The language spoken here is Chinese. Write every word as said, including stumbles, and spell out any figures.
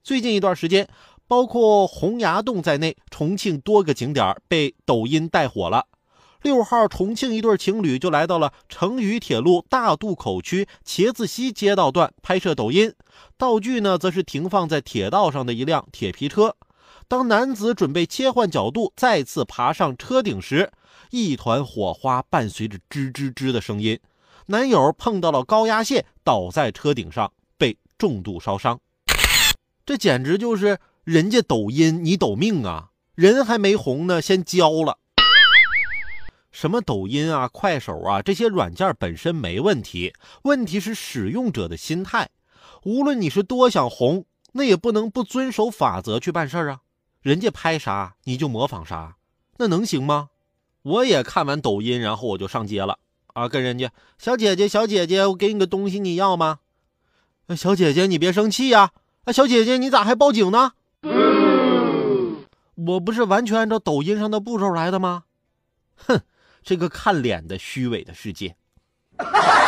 最近一段时间，包括洪崖洞在内，重庆多个景点被抖音带火了。六号，重庆一对情侣就来到了成渝铁路大渡口区茄子溪街道段拍摄抖音，道具呢则是停放在铁道上的一辆铁皮车。当男子准备切换角度再次爬上车顶时，一团火花伴随着吱吱吱的声音，男友碰到了高压线，倒在车顶上，被重度烧伤。这简直就是人家抖音你抖命啊，人还没红呢先交了。什么抖音啊快手啊，这些软件本身没问题，问题是使用者的心态。无论你是多想红，那也不能不遵守法则去办事啊。人家拍啥你就模仿啥，那能行吗？我也看完抖音，然后我就上街了啊，跟人家小姐姐小姐姐，我给你个东西你要吗？小姐姐你别生气呀、啊、小姐姐你咋还报警呢？我不是完全按照抖音上的步骤来的吗？哼，这个看脸的虚伪的世界。